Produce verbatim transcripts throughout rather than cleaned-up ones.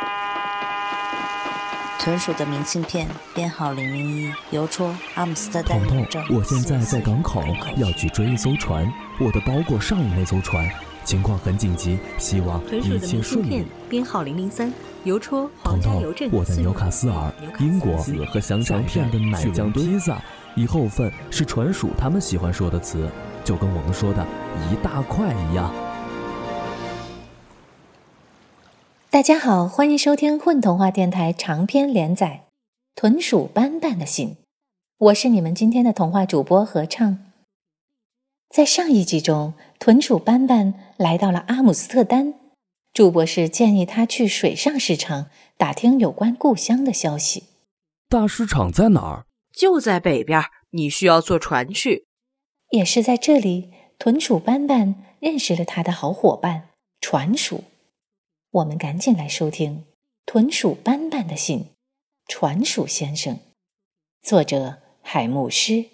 豚鼠的明信片编号零零一，邮戳阿姆斯特丹彤彤，我现在在港口，要去追一艘船，我的包裹上了那艘船，情况很紧急，希望一切顺利。 编号零零三，邮戳彤彤，我在纽卡斯尔，英国和香肠片的奶酱披萨，一后份是船鼠他们喜欢说的词，就跟我们说的一大块一样。 大家好，欢迎收听混童话电台长篇连载《豚鼠斑斑的信》，我是你们今天的童话主播合唱。在上一集中，豚鼠斑斑来到了阿姆斯特丹，朱博士建议他去水上市场打听有关故乡的消息。 大市场在哪儿？ 就在北边，你需要坐船去。 也是在这里，豚鼠斑斑认识了他的好伙伴船鼠。我们赶紧来收听《豚鼠斑斑的信》，船鼠先生，作者海牧师。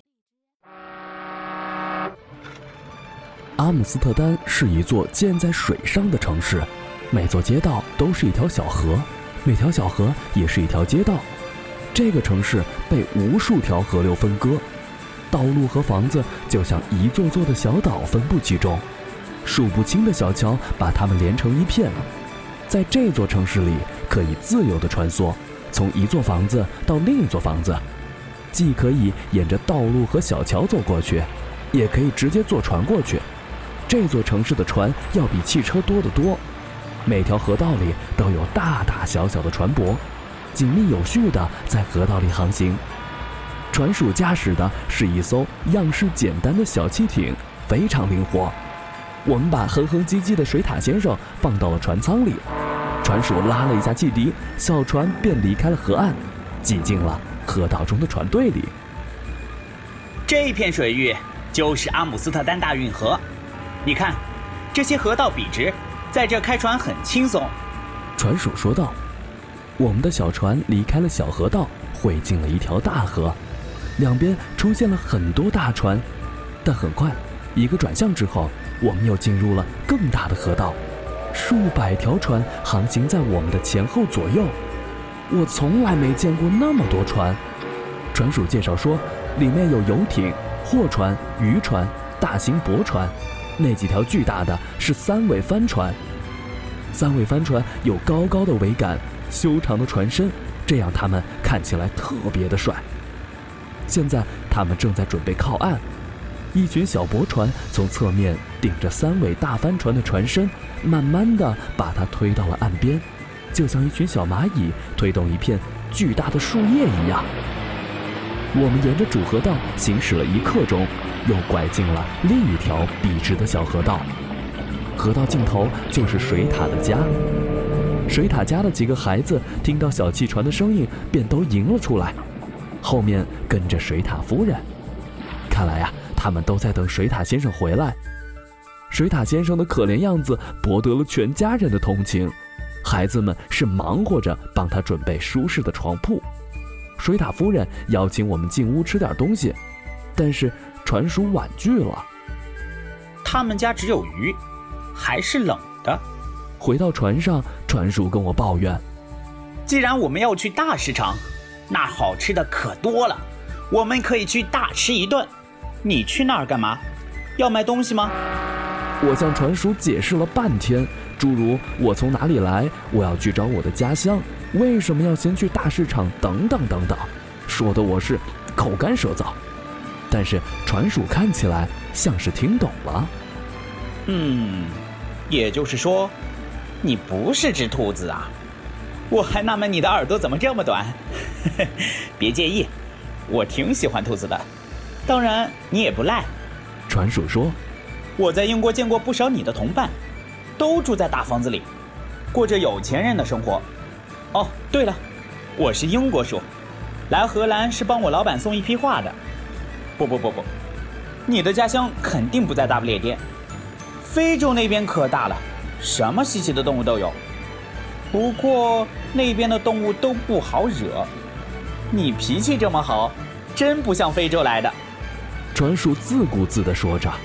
阿姆斯特丹是一座建在水上的城市，每座街道都是一条小河，每条小河也是一条街道。这个城市被无数条河流分割，道路和房子就像一座座的小岛分布其中，数不清的小桥把它们连成一片。在这座城市里，可以自由地穿梭，从一座房子到另一座房子，既可以沿着道路和小桥走过去，也可以直接坐船过去。这座城市的船要比汽车多得多，每条河道里都有大大小小的船舶，紧密有序地在河道里航行。船鼠驾驶的是一艘样式简单的小汽艇，非常灵活。我们把哼哼唧唧的水獭先生放到了船舱里，船鼠拉了一下汽笛，小船便离开了河岸，挤进了河道中的船队里。 这片水域就是阿姆斯特丹大运河，你看，这些河道笔直，在这开船很轻松。 船鼠说道。我们的小船离开了小河道，汇进了一条大河，两边出现了很多大船，但很快一个转向之后，我们又进入了更大的河道，数百条船航行在我们的前后左右。我从来没见过那么多船。船鼠介绍说，里面有游艇、货船、渔船、大型驳船，那几条巨大的是三尾帆船。三尾帆船有高高的桅杆，修长的船身，这样它们看起来特别的帅。现在它们正在准备靠岸，一群小驳船从侧面顶着三尾大帆船的船身，慢慢地把它推到了岸边，就像一群小蚂蚁推动一片巨大的树叶一样。我们沿着主河道行驶了一刻钟，又拐进了另一条笔直的小河道。河道尽头就是水獭的家。水獭家的几个孩子听到小汽船的声音，便都迎了出来，后面跟着水獭夫人。看来呀，他们都在等水獭先生回来。水獭先生的可怜样子博得了全家人的同情，孩子们是忙活着帮他准备舒适的床铺。水獭夫人邀请我们进屋吃点东西，但是船鼠婉拒了。 他们家只有鱼，还是冷的。 回到船上，船鼠跟我抱怨， 既然我们要去大市场，那儿好吃的可多了，我们可以去大吃一顿。你去那儿干嘛？要买东西吗？ 我向船鼠解释了半天，诸如我从哪里来，我要去找我的家乡，为什么要先去大市场，等等等等，说的我是口干舌燥。但是船鼠看起来像是听懂了。 嗯，也就是说，你不是只兔子啊？我还纳闷你的耳朵怎么这么短。别介意，我挺喜欢兔子的。当然你也不赖。 船鼠说， 我在英国见过不少你的同伴，都住在大房子里，过着有钱人的生活。哦，对了，我是英国鼠，来荷兰是帮我老板送一批画的。不不不不，你的家乡肯定不在大不列颠，非洲那边可大了，什么稀奇的动物都有。不过那边的动物都不好惹，你脾气这么好，真不像非洲来的。 船鼠自顾自地说着。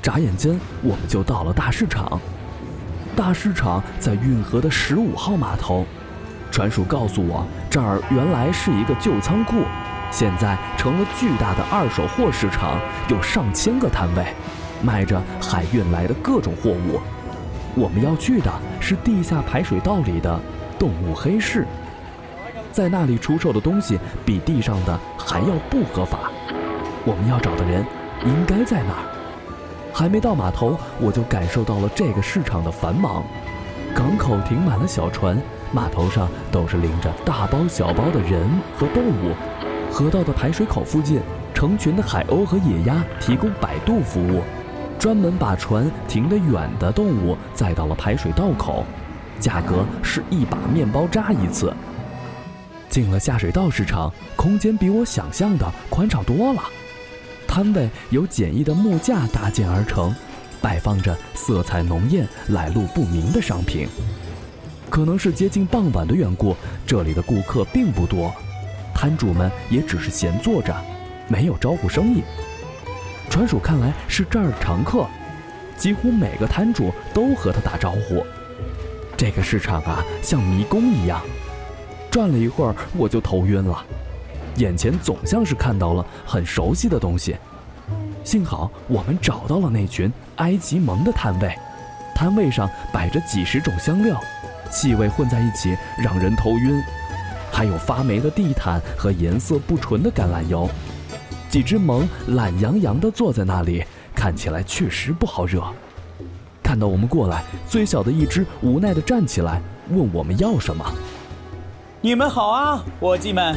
眨眼间我们就到了大市场。大市场在运河的十五号码头。船叔告诉我，这儿原来是一个旧仓库，现在成了巨大的二手货市场，有上千个摊位，卖着海运来的各种货物。我们要去的是地下排水道里的动物黑市，在那里出售的东西比地上的还要不合法。我们要找的人应该在那儿。还没到码头，我就感受到了这个市场的繁忙。港口停满了小船，码头上都是拎着大包小包的人和动物。河道的排水口附近，成群的海鸥和野鸭提供摆渡服务，专门把船停得远的动物载到了排水道口，价格是一把面包渣一次。进了下水道市场，空间比我想象的宽敞多了。摊位由简易的木架搭建而成，摆放着色彩浓艳、来路不明的商品。可能是接近傍晚的缘故，这里的顾客并不多，摊主们也只是闲坐着，没有招呼生意。船叔看来是这儿的常客，几乎每个摊主都和他打招呼。这个市场啊，像迷宫一样，转了一会儿我就头晕了，眼前总像是看到了很熟悉的东西。幸好我们找到了那群埃及蒙的摊位，摊位上摆着几十种香料，气味混在一起让人头晕，还有发霉的地毯和颜色不纯的橄榄油。几只蒙懒洋洋地坐在那里，看起来确实不好惹。看到我们过来，最小的一只无奈地站起来，问我们要什么。 你们好啊，伙计们。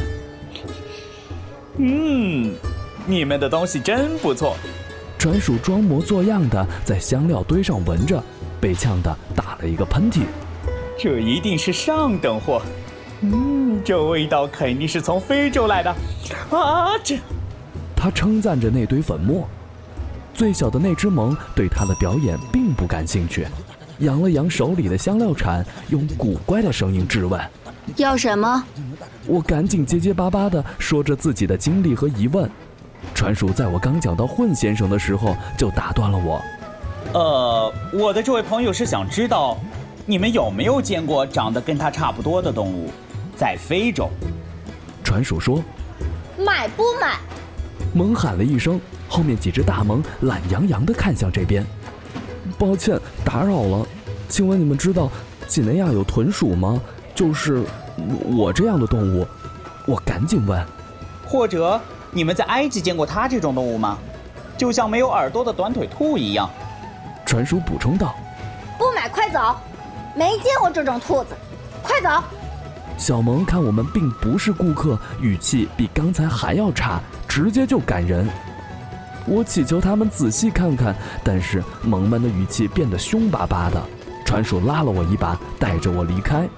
嗯，你们的东西真不错。 船鼠装模作样的在香料堆上闻着，被呛得打了一个喷嚏。 这一定是上等货。嗯，这味道肯定是从非洲来的。啊，这…… 他称赞着那堆粉末。最小的那只萌对他的表演并不感兴趣，扬了扬手里的香料铲，用古怪的声音质问： 要什么？ 我赶紧结结巴巴地说着自己的经历和疑问。船鼠在我刚讲到混先生的时候就打断了我。 呃，我的这位朋友是想知道，你们有没有见过长得跟他差不多的动物，在非洲？ 船鼠说： 买不买？ 萌喊了一声，后面几只大萌懒洋洋地看向这边。抱歉打扰了，请问你们知道几内亚有豚鼠吗？就是我这样的动物。我赶紧问。 或者你们在埃及见过它这种动物吗？就像没有耳朵的短腿兔一样。 船鼠补充道。 不买快走，没见过这种兔子，快走。 小萌看我们并不是顾客，语气比刚才还要差，直接就赶人。我祈求他们仔细看看，但是萌们的语气变得凶巴巴的。船鼠拉了我一把，带着我离开。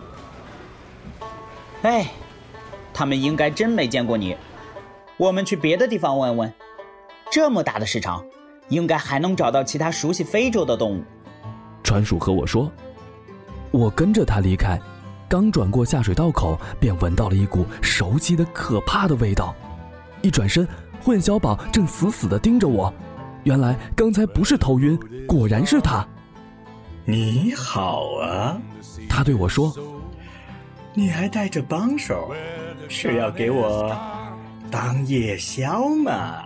哎，他们应该真没见过你。我们去别的地方问问。这么大的市场，应该还能找到其他熟悉非洲的动物。 船鼠和我说。我跟着他离开，刚转过下水道口，便闻到了一股熟悉的可怕的味道。一转身，混小宝正死死地盯着我。原来刚才不是头晕，果然是他。 你好啊， 他对我说。 你还带着帮手，是要给我当夜宵吗？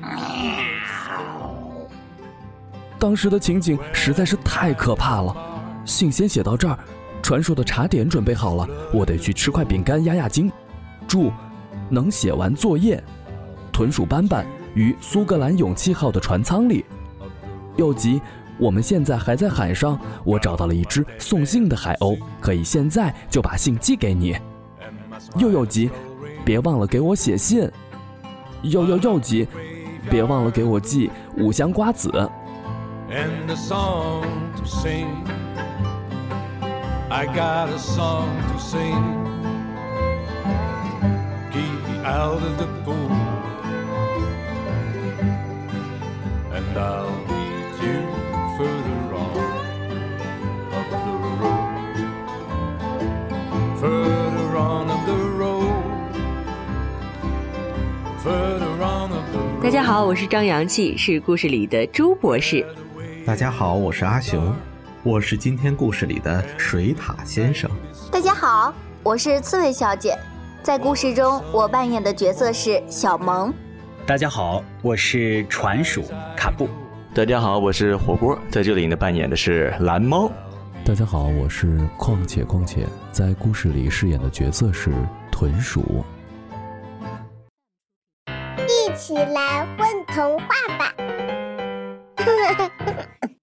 当时的情景实在是太可怕了。信先写到这儿，传说的茶点准备好了，我得去吃块饼干压压惊。注：能写完作业。豚鼠斑斑于苏格兰勇气号的船舱里。又急，我们现在还在海上，我找到了一只送信的海鸥，可以现在就把信寄给你。又又急，别忘了给我写信。又又又急，别忘了给我寄五香瓜子。 And a song to sing, I got a song to sing. Keep me out of the pool, and I'll meet you further on up the road, further on up the road, further on up the road. 大家好，我是张阳气，是故事里的朱博士。 大家好，我是阿雄，我是今天故事里的水獭先生。 大家好，我是刺猬小姐，在故事中我扮演的角色是小萌。 大家好，我是船鼠卡布。 大家好，我是火锅，在这里呢扮演的是蓝猫。 大家好，我是况且况且，在故事里饰演的角色是豚鼠。 一起来混童话吧！